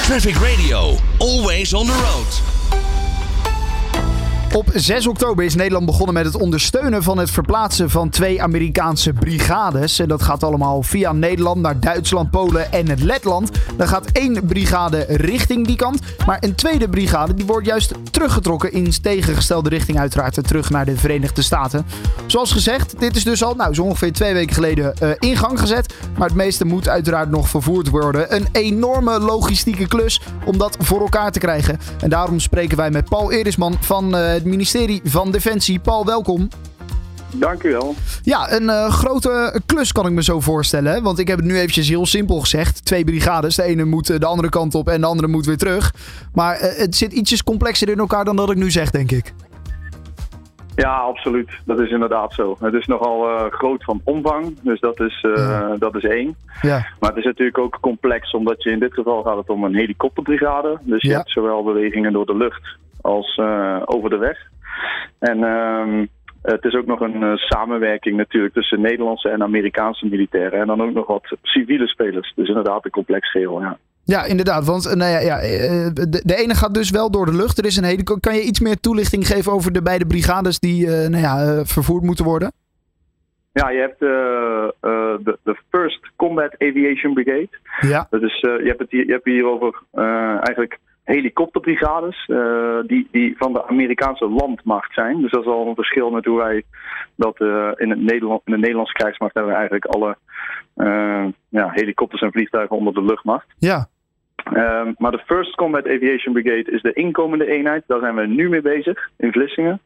Traffic Radio, always on the road. Op 6 oktober is Nederland begonnen met het ondersteunen van het verplaatsen van 2 Amerikaanse brigades. En dat gaat allemaal via Nederland naar Duitsland, Polen en het Letland. Dan gaat 1 brigade richting die kant. Maar een tweede brigade die wordt juist teruggetrokken in tegengestelde richting uiteraard. Terug naar de Verenigde Staten. Zoals gezegd, dit is dus al zo ongeveer 2 weken geleden in gang gezet. Maar het meeste moet uiteraard nog vervoerd worden. Een enorme logistieke klus om dat voor elkaar te krijgen. En daarom spreken wij met Paul Erisman van het ministerie van Defensie. Paul, welkom. Dank u wel. Ja, een grote klus kan ik me zo voorstellen. Hè? Want ik heb het nu eventjes heel simpel gezegd. 2 brigades. De ene moet de andere kant op en de andere moet weer terug. Maar het zit ietsjes complexer in elkaar dan dat ik nu zeg, denk ik. Ja, absoluut. Dat is inderdaad zo. Het is nogal groot van omvang. Dus dat is 1. Ja. Maar het is natuurlijk ook complex. Omdat je in dit geval gaat het om een helikopterbrigade. Dus je hebt zowel bewegingen door de lucht als over de weg. En het is ook nog een samenwerking natuurlijk tussen Nederlandse en Amerikaanse militairen. En dan ook nog wat civiele spelers. Dus inderdaad een complex geheel, ja. Ja, inderdaad. Want de ene gaat dus wel door de lucht. Er is een hele. Kan je iets meer toelichting geven over de beide brigades die vervoerd moeten worden? Ja, je hebt de First Combat Aviation Brigade. Ja. Dat is, je hebt hier over eigenlijk helikopterbrigades die van de Amerikaanse landmacht zijn. Dus dat is al een verschil met hoe wij dat in de Nederlandse krijgsmacht hebben we eigenlijk alle helikopters en vliegtuigen onder de luchtmacht. Ja. Maar de First Combat Aviation Brigade is de inkomende eenheid. Daar zijn we nu mee bezig in Vlissingen.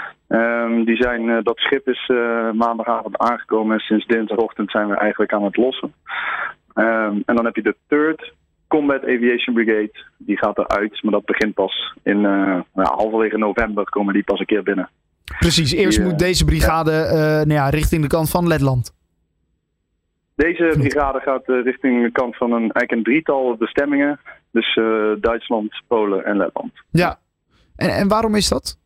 Dat schip is maandagavond aangekomen en sinds dinsdagochtend zijn we eigenlijk aan het lossen. En dan heb je de Third Combat Aviation Brigade. Die gaat eruit, maar dat begint pas in halverwege november komen die pas een keer binnen. Precies, eerst moet deze brigade richting de kant van Letland. Deze brigade gaat richting de kant van een drietal bestemmingen. Dus Duitsland, Polen en Letland. Ja, en waarom is dat?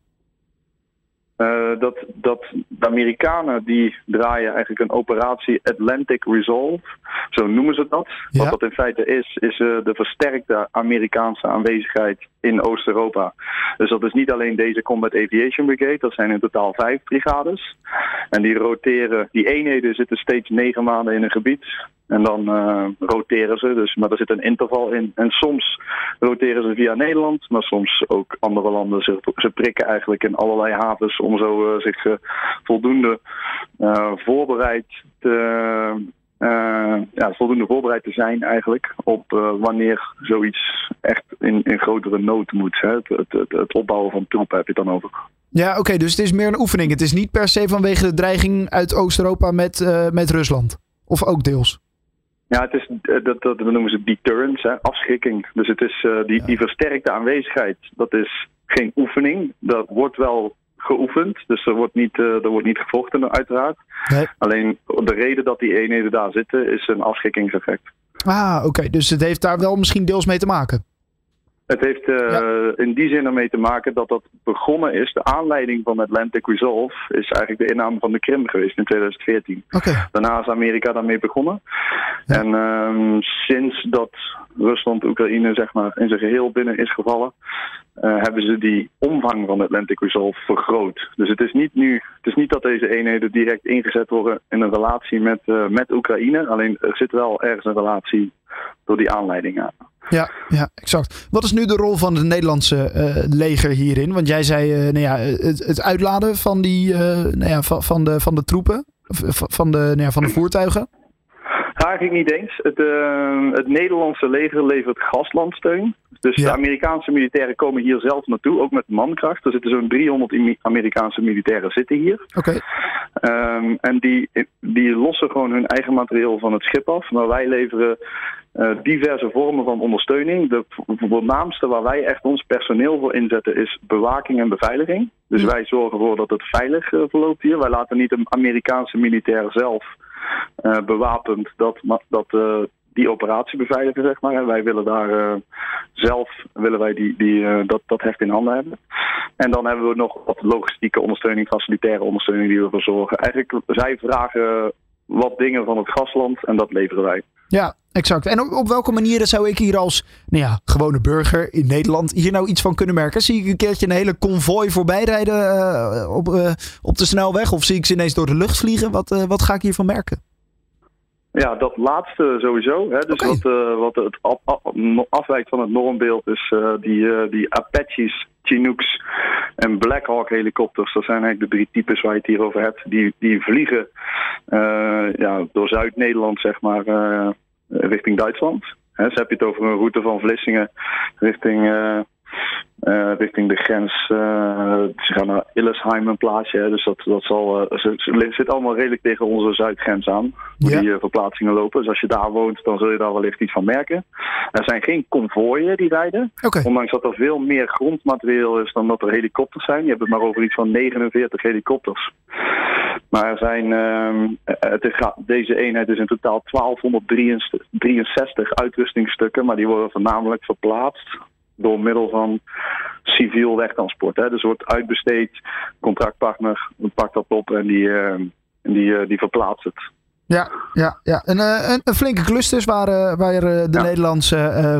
Dat de Amerikanen die draaien eigenlijk een operatie Atlantic Resolve. Zo noemen ze dat. Ja. Wat dat in feite is de versterkte Amerikaanse aanwezigheid in Oost-Europa. Dus dat is niet alleen deze Combat Aviation Brigade. Dat zijn in totaal 5 brigades. En die roteren, die eenheden zitten steeds 9 maanden in een gebied. En dan roteren ze, maar er zit een interval in. En soms roteren ze via Nederland, maar soms ook andere landen. Ze prikken eigenlijk in allerlei havens om zo zich voldoende voorbereid te zijn eigenlijk op wanneer zoiets echt in grotere nood moet. Hè? Het opbouwen van troepen heb je het dan over. Ja, oké, dus het is meer een oefening. Het is niet per se vanwege de dreiging uit Oost-Europa met Rusland. Of ook deels. Ja, het is, dat noemen ze deterrence, hè, afschrikking. Dus het is die versterkte aanwezigheid, dat is geen oefening. Dat wordt wel geoefend, dus er wordt niet gevochten uiteraard. Nee. Alleen de reden dat die eenheden daar zitten is een afschrikkingseffect. Ah, oké. Dus het heeft daar wel misschien deels mee te maken. Het heeft in die zin ermee te maken dat begonnen is. De aanleiding van Atlantic Resolve is eigenlijk de inname van de Krim geweest in 2014. Okay. Daarna is Amerika daarmee begonnen. Ja. En sinds dat Rusland Oekraïne zeg maar in zijn geheel binnen is gevallen, hebben ze die omvang van Atlantic Resolve vergroot. Dus het is niet dat deze eenheden direct ingezet worden in een relatie met Oekraïne. Alleen er zit wel ergens een relatie door die aanleiding aan. Ja, exact. Wat is nu de rol van het Nederlandse leger hierin? Want jij zei het uitladen van van de troepen, van de voertuigen. Eigenlijk niet eens. Het Nederlandse leger levert gaslandsteun. Dus de Amerikaanse militairen komen hier zelf naartoe, ook met mankracht. Er zitten zo'n 300 Amerikaanse militairen zitten hier. Okay. En die lossen gewoon hun eigen materieel van het schip af. Maar wij leveren diverse vormen van ondersteuning. De voornaamste waar wij echt ons personeel voor inzetten is bewaking en beveiliging. Dus wij zorgen ervoor dat het veilig verloopt hier. Wij laten niet een Amerikaanse militair zelf bewapend die operatie beveiligen, zeg maar. En wij willen daar dat heft in handen hebben. En dan hebben we nog wat logistieke ondersteuning, facilitaire ondersteuning die we verzorgen. Eigenlijk, zij vragen wat dingen van het gastland en dat leveren wij. Ja, exact. En op welke manieren zou ik hier als gewone burger in Nederland hier nou iets van kunnen merken? Zie ik een keertje een hele konvooi voorbij rijden op de snelweg? Of zie ik ze ineens door de lucht vliegen? Wat ga ik hiervan merken? Ja, dat laatste sowieso. Hè. Dus wat het afwijkt van het normbeeld is die Apaches, Chinooks en Black Hawk helikopters. Dat zijn eigenlijk de 3 types waar je het hier over hebt. Die vliegen door Zuid-Nederland, zeg maar, richting Duitsland. Hè, dus heb je het over een route van Vlissingen richting de grens. Ze gaan naar Illesheim een plaatsje. Hè, dus dat zit allemaal redelijk tegen onze zuidgrens aan. Hoe die verplaatsingen lopen. Dus als je daar woont, dan zul je daar wellicht iets van merken. Er zijn geen konvooien die rijden. Okay. Ondanks dat er veel meer grondmaterieel is dan dat er helikopters zijn. Je hebt het maar over iets van 49 helikopters. Maar er zijn, deze eenheid is in totaal 1263 uitrustingstukken. Maar die worden voornamelijk verplaatst door middel van civiel wegtransport. Hè. Dus wordt uitbesteed, contractpartner pakt dat op en die verplaatst het. Ja. Een flinke klus dus waar de Nederlandse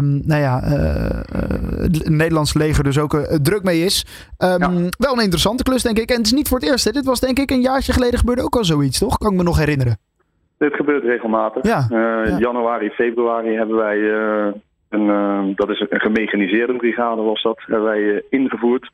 Nederlands leger dus ook druk mee is. Wel een interessante klus, denk ik. En het is niet voor het eerst. Hè. Dit was denk ik een jaartje geleden gebeurde ook al zoiets, toch? Kan ik me nog herinneren. Dit gebeurt regelmatig. Januari, februari hebben wij dat is een gemechaniseerde brigade was dat, hebben wij ingevoerd.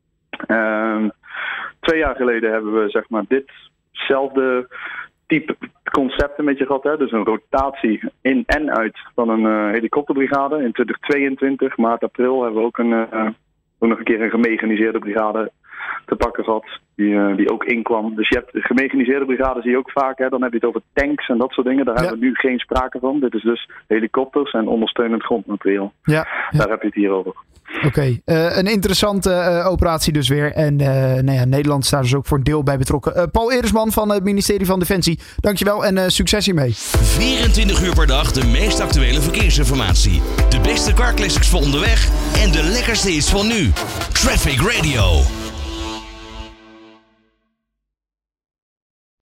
2 jaar geleden hebben we zeg maar ditzelfde type concept een beetje gehad. Hè? Dus een rotatie in en uit van een helikopterbrigade. In 2022, maart, april, hebben we ook nog een keer een gemechaniseerde brigade te pakken gehad. Die ook inkwam. Dus je hebt de gemechaniseerde brigade zie je ook vaak. Hè? Dan heb je het over tanks en dat soort dingen. Daar hebben we nu geen sprake van. Dit is dus helikopters en ondersteunend grondmateriaal. Ja. Daar heb je het hier over. Oké, een interessante operatie dus weer. En Nederland staat dus ook voor een deel bij betrokken. Paul Eresman van het ministerie van Defensie. Dankjewel en succes hiermee. 24 uur per dag de meest actuele verkeersinformatie. De beste car classics voor onderweg en de lekkerste hits van nu. Traffic Radio.